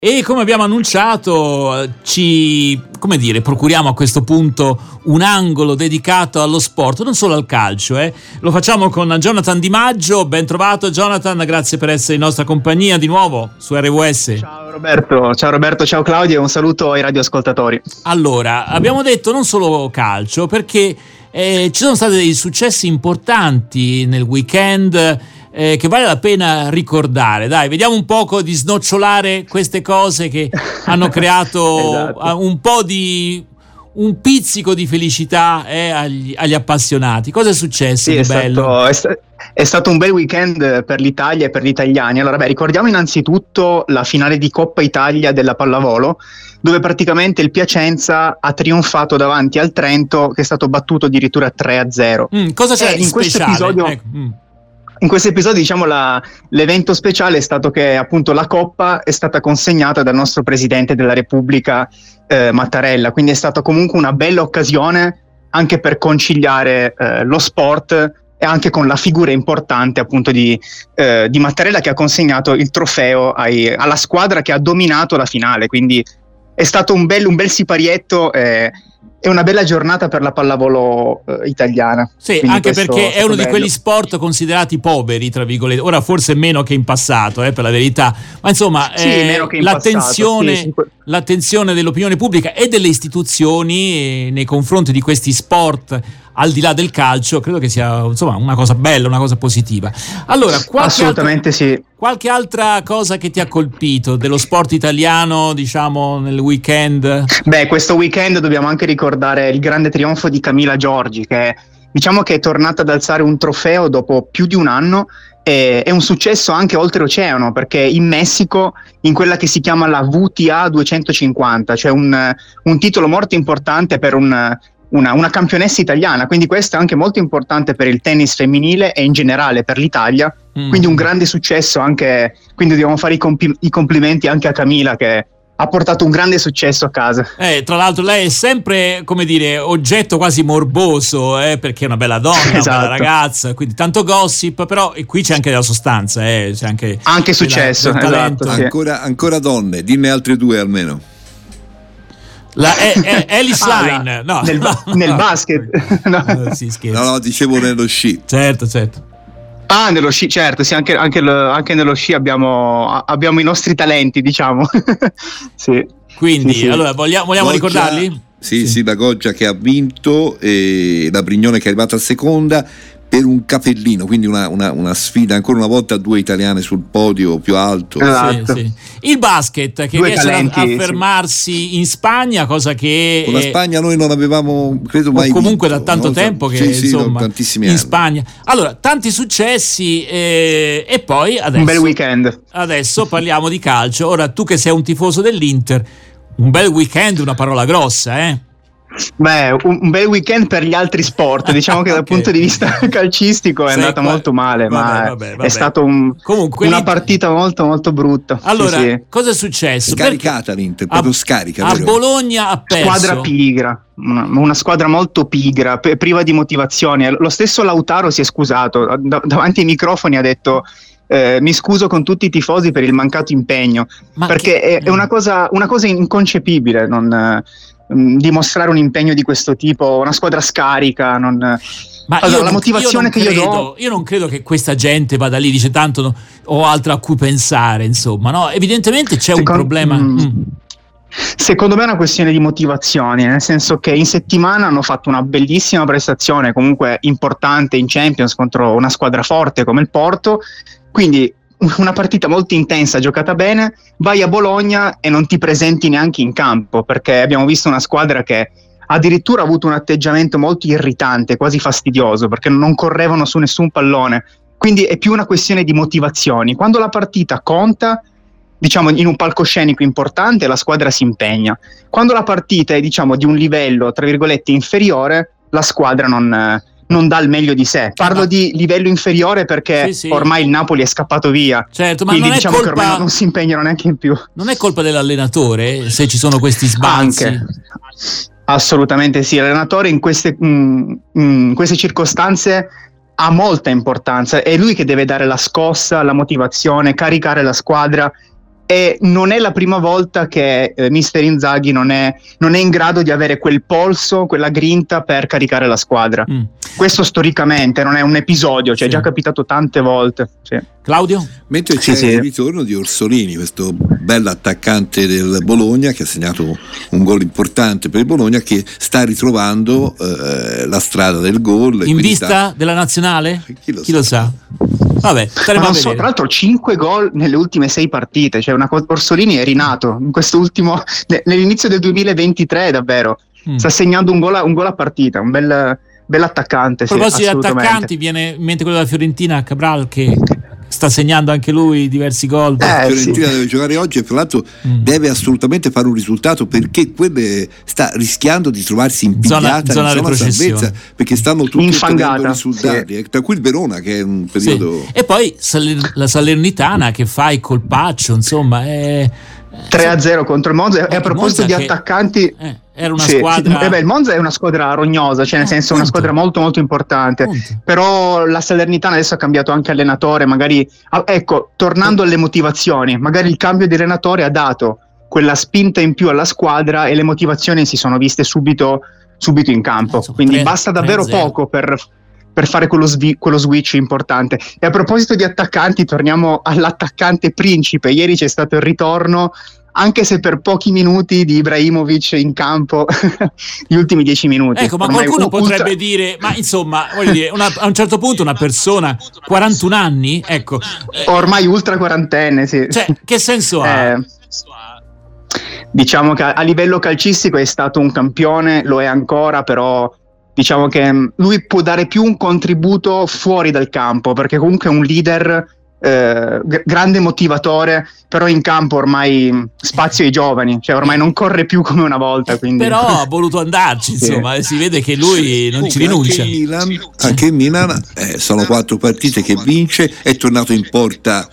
E come abbiamo annunciato, procuriamo a questo punto un angolo dedicato allo sport, non solo al calcio. Lo facciamo con Jonathan Di Maggio. Ben trovato Jonathan, grazie per essere in nostra compagnia di nuovo su RWS. Ciao Roberto, ciao Claudio e un saluto ai radioascoltatori. Allora, abbiamo detto non solo calcio, perché ci sono stati dei successi importanti nel weekend che vale la pena ricordare. Dai, vediamo un poco di snocciolare queste cose che hanno creato esatto. un pizzico di felicità agli appassionati. Cosa è successo di bello? È stato un bel weekend per l'Italia e per gli italiani. Allora, ricordiamo innanzitutto la finale di Coppa Italia della pallavolo, dove praticamente il Piacenza ha trionfato davanti al Trento, che è stato battuto addirittura 3-0. Cosa c'è di speciale? In questo episodio, diciamo, l'evento speciale è stato che appunto la Coppa è stata consegnata dal nostro Presidente della Repubblica Mattarella, quindi è stata comunque una bella occasione anche per conciliare lo sport e anche con la figura importante appunto di Mattarella, che ha consegnato il trofeo alla squadra che ha dominato la finale, quindi è stato un bel siparietto è una bella giornata per la pallavolo italiana. Sì, quindi anche perché è uno di quegli sport considerati poveri, tra virgolette. Ora forse meno che in passato, per la verità. Ma insomma, meno che in l'attenzione dell'opinione pubblica e delle istituzioni nei confronti di questi sport al di là del calcio, credo che sia insomma una cosa bella, una cosa positiva. Allora, qualche altra cosa che ti ha colpito dello sport italiano, diciamo, nel weekend? Questo weekend dobbiamo anche ricordare il grande trionfo di Camila Giorgi, che diciamo che è tornata ad alzare un trofeo dopo più di un anno. È un successo anche oltreoceano, perché in Messico, in quella che si chiama la WTA 250, cioè un titolo molto importante per una campionessa italiana, quindi questo è anche molto importante per il tennis femminile e in generale per l'Italia, quindi un grande successo anche, quindi dobbiamo fare i complimenti anche a Camila, che ha portato un grande successo a casa. Tra l'altro lei è sempre, come dire, oggetto quasi morboso, perché è una bella donna, esatto. Una bella ragazza, quindi tanto gossip, però qui c'è anche della sostanza, c'è anche successo, esatto, sì. Ancora donne, dimmi altre due almeno. Alice Line nel basket. No, dicevo nello sci. Certo. Nello sci, certo, sì, anche nello sci abbiamo i nostri talenti, diciamo. Sì. Quindi, sì. Allora, vogliamo Goggia, ricordarli? Sì, la Goggia che ha vinto e la Brignone che è arrivata seconda per un capellino, quindi una sfida ancora una volta, due italiane sul podio più alto. Esatto. Sì. Il basket che riesce a fermarsi in Spagna, cosa che con la Spagna noi non avevamo credo mai comunque vinto, da tanto tempo che insomma tantissimi in anni. Spagna. Allora, tanti successi e poi adesso un bel weekend. Adesso parliamo di calcio. Ora, tu che sei un tifoso dell'Inter, un bel weekend, una parola grossa, un bel weekend per gli altri sport, diciamo che dal punto di vista calcistico è andata molto male, vabbè. È stato una partita molto molto brutta. Allora, cosa è successo? Scaricata l'Inter, proprio scarica. A Bologna ha perso. Squadra pigra, una squadra molto pigra, priva di motivazioni. Lo stesso Lautaro si è scusato, davanti ai microfoni ha detto mi scuso con tutti i tifosi per il mancato impegno, perché è una cosa inconcepibile dimostrare un impegno di questo tipo, una squadra scarica, la motivazione che io do. Io non credo che questa gente vada lì, dice tanto ho altro a cui pensare, insomma, no? Evidentemente c'è un problema. Secondo me è una questione di motivazioni, nel senso che in settimana hanno fatto una bellissima prestazione, comunque importante in Champions contro una squadra forte come il Porto, quindi una partita molto intensa, giocata bene, vai a Bologna e non ti presenti neanche in campo, perché abbiamo visto una squadra che addirittura ha avuto un atteggiamento molto irritante, quasi fastidioso, perché non correvano su nessun pallone, quindi è più una questione di motivazioni. Quando la partita conta, diciamo in un palcoscenico importante, la squadra si impegna. Quando la partita è, diciamo, di un livello tra virgolette inferiore, la squadra non dà il meglio di sé. Parlo di livello inferiore perché ormai il Napoli è scappato via. Certo, ma quindi non diciamo è colpa, che ormai non si impegnano neanche in più. Non è colpa dell'allenatore se ci sono questi sbalzi? Anche. Assolutamente sì. L'allenatore in queste circostanze ha molta importanza. È lui che deve dare la scossa, la motivazione, caricare la squadra. e non è la prima volta che mister Inzaghi non è in grado di avere quel polso, quella grinta per caricare la squadra. Questo storicamente non è un episodio, cioè è già capitato tante volte. Sì. Claudio? Mentre c'è il ritorno di Orsolini, questo bello attaccante del Bologna che ha segnato un gol importante per il Bologna, che sta ritrovando la strada del gol. In vista della nazionale? Chi lo sa? Vabbè, staremo a vedere. Tra l'altro 5 gol nelle ultime 6 partite, cioè Orsolini è rinato in questo ultimo, nell'inizio del 2023 davvero, sta segnando un gol a partita, un bel attaccante. A proposito di attaccanti, viene in mente quello della Fiorentina, Cabral, che sta segnando anche lui diversi gol. La Fiorentina deve giocare oggi e tra l'altro deve assolutamente fare un risultato, perché sta rischiando di trovarsi impigliata in zona salvezza, perché stanno tutti ottenendo risultati, tra cui il Verona che è un periodo. E poi la Salernitana che fa il colpaccio, insomma, 3-0 contro il Monza. E a proposito di attaccanti, era una squadra. Il Monza è una squadra rognosa, cioè nel senso una squadra molto molto importante. Però la Salernitana adesso ha cambiato anche allenatore, magari ecco, tornando alle motivazioni, magari il cambio di allenatore ha dato quella spinta in più alla squadra e le motivazioni si sono viste subito in campo. Quindi basta davvero poco per fare quello switch importante. E a proposito di attaccanti, torniamo all'attaccante principe. Ieri c'è stato il ritorno, anche se per pochi minuti, di Ibrahimovic in campo, gli ultimi 10 minuti. Ecco, ma qualcuno potrebbe dire, ma insomma, voglio dire, a un certo punto una persona 41 anni, ecco, ormai ultra quarantenne, sì. Cioè, che senso ha? Diciamo che a livello calcistico è stato un campione, lo è ancora, però diciamo che lui può dare più un contributo fuori dal campo, perché comunque è un leader, grande motivatore, però in campo ormai spazio ai giovani, cioè ormai non corre più come una volta, quindi. Però ha voluto andarci, insomma, si vede che lui non ci rinuncia. Anche il Milan sono 4 partite che vince, è tornato in porta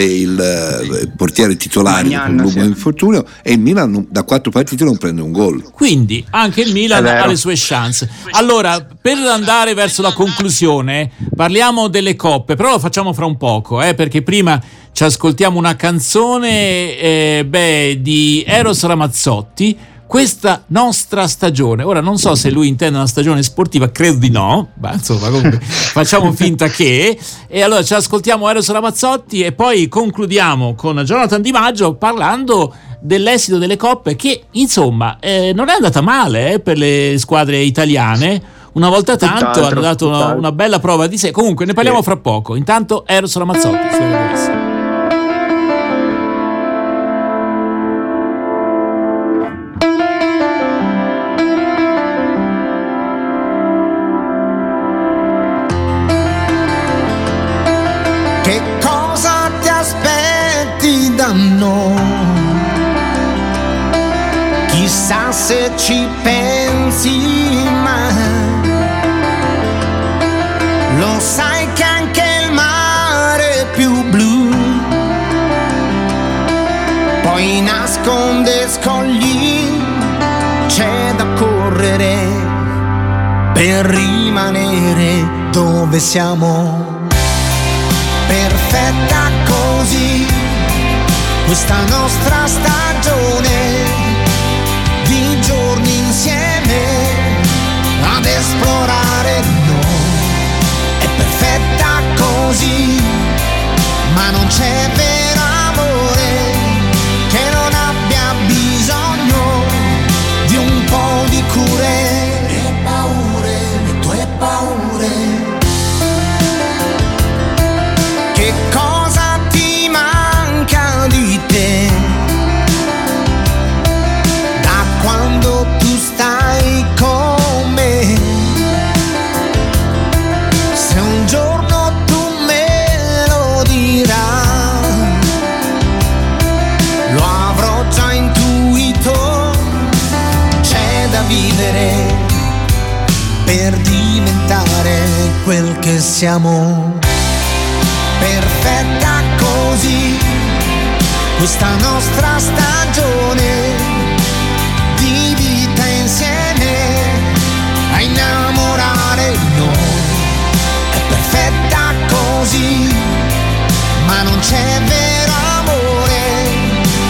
il portiere titolare con un lungo infortunio, e il Milan da 4 partite non prende un gol. Quindi anche il Milan ha le sue chance. Allora, per andare verso la conclusione, parliamo delle coppe, però lo facciamo fra un poco, perché prima ci ascoltiamo una canzone di Eros Ramazzotti, Questa nostra stagione. Ora non so se lui intende una stagione sportiva, credo di no, ma insomma comunque facciamo finta che. E allora ci ascoltiamo Eros Ramazzotti e poi concludiamo con Jonathan Di Maggio parlando dell'esito delle coppe, che insomma non è andata male per le squadre italiane. Una volta tanto hanno dato una bella prova di sé. Comunque ne parliamo fra poco. Intanto Eros Ramazzotti su RWS. Che cosa ti aspetti da noi? Chissà se ci pensi mai. Lo sai che anche il mare è più blu poi nasconde scogli, c'è da correre per rimanere dove siamo. Perfetta così questa nostra stagione di giorni insieme ad esplorare noi. È perfetta così, ma non c'è vero amore che non abbia bisogno di un po' di cure. Le paure, le tue paure. Che cosa ti manca di te da quando tu stai con me? Se un giorno tu me lo dirai, lo avrò già intuito. C'è da vivere per diventare quel che siamo. Perfetta così questa nostra stagione di vita insieme a innamorare noi. È perfetta così, ma non c'è vero amore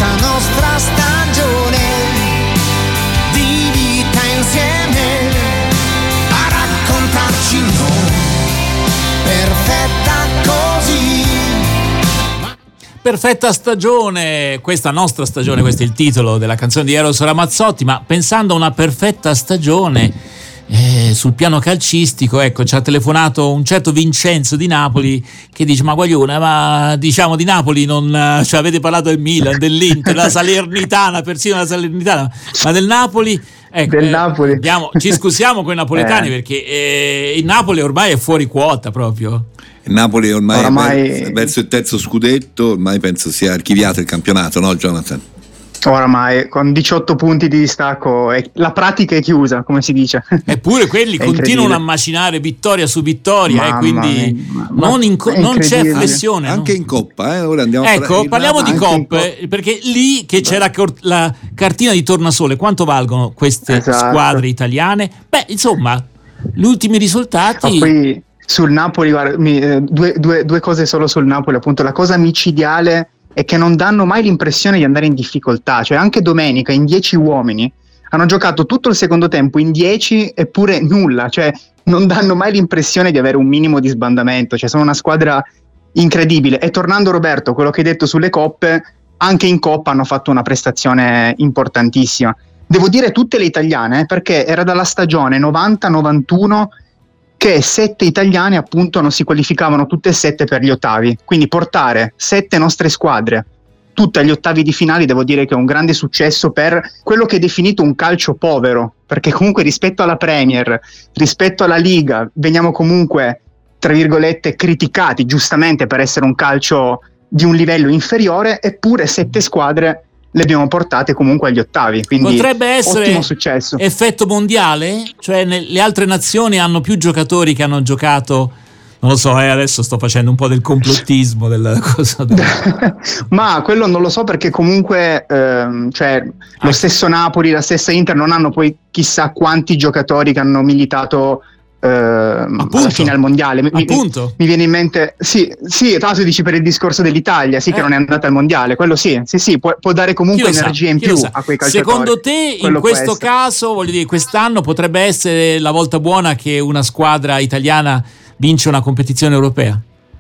questa nostra stagione di vita insieme a raccontarci noi, perfetta così. Perfetta stagione, questa nostra stagione, questo è il titolo della canzone di Eros Ramazzotti, ma pensando a una perfetta stagione sul piano calcistico, ecco, ci ha telefonato un certo Vincenzo di Napoli che dice: ma Guaglione, ma diciamo di Napoli non, cioè avete parlato del Milan, dell'Inter, la Salernitana, persino la Salernitana, ma del Napoli, ecco, del Napoli. Ci scusiamo con i napoletani perché il Napoli ormai è fuori quota proprio. Il Napoli ormai verso il terzo scudetto, ormai penso sia archiviato il campionato, no Jonathan? Oramai con 18 punti di distacco la pratica è chiusa, come si dice. Eppure quelli continuano a macinare vittoria su vittoria, e quindi non c'è flessione. Anche in Coppa, ora andiamo parliamo di Coppe, perché lì che c'è la cartina di tornasole, quanto valgono queste squadre italiane? Beh, insomma, gli ultimi risultati. Poi sul Napoli, guarda, due cose solo sul Napoli, appunto. La cosa micidiale è che non danno mai l'impressione di andare in difficoltà, cioè anche domenica in 10 uomini hanno giocato tutto il secondo tempo in 10 eppure nulla, cioè non danno mai l'impressione di avere un minimo di sbandamento, cioè sono una squadra incredibile. E tornando Roberto, quello che hai detto sulle coppe, anche in Coppa hanno fatto una prestazione importantissima, devo dire tutte le italiane, perché era dalla stagione 90-91 che 7 italiane appunto non si qualificavano tutte e 7 per gli ottavi, quindi portare 7 nostre squadre tutte agli ottavi di finale devo dire che è un grande successo per quello che è definito un calcio povero, perché comunque rispetto alla Premier, rispetto alla Liga, veniamo comunque tra virgolette criticati giustamente per essere un calcio di un livello inferiore, eppure 7 squadre le abbiamo portate comunque agli ottavi, quindi potrebbe essere ottimo successo. Effetto mondiale? Cioè le altre nazioni hanno più giocatori che hanno giocato, non lo so, adesso sto facendo un po' del complottismo della cosa. Ma quello non lo so, perché comunque cioè, lo stesso Napoli, la stessa Inter non hanno poi chissà quanti giocatori che hanno militato alla fine al mondiale. Mi viene in mente, sì, tra l'altro dici per il discorso dell'Italia, che non è andata al mondiale, quello sì, può dare comunque energia in più a quei calciatori. Secondo te in questo caso, voglio dire, quest'anno potrebbe essere la volta buona che una squadra italiana vince una competizione europea?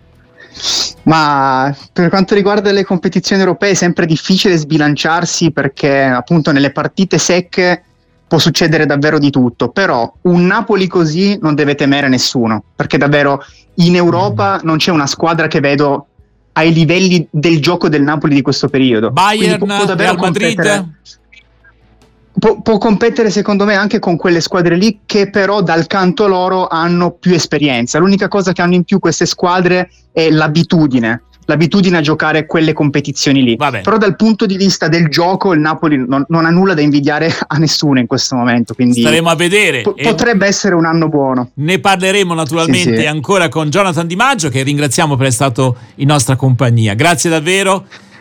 Ma per quanto riguarda le competizioni europee è sempre difficile sbilanciarsi, perché appunto nelle partite secche può succedere davvero di tutto, però un Napoli così non deve temere nessuno, perché davvero in Europa non c'è una squadra che vedo ai livelli del gioco del Napoli di questo periodo. Bayern, può Real Madrid può competere secondo me anche con quelle squadre lì, che però dal canto loro hanno più esperienza. L'unica cosa che hanno in più queste squadre è l'abitudine a giocare quelle competizioni lì. Però dal punto di vista del gioco il Napoli non ha nulla da invidiare a nessuno in questo momento, quindi staremo a vedere. Potrebbe essere un anno buono. Ne parleremo naturalmente ancora con Jonathan Di Maggio, che ringraziamo per essere stato in nostra compagnia. Grazie davvero.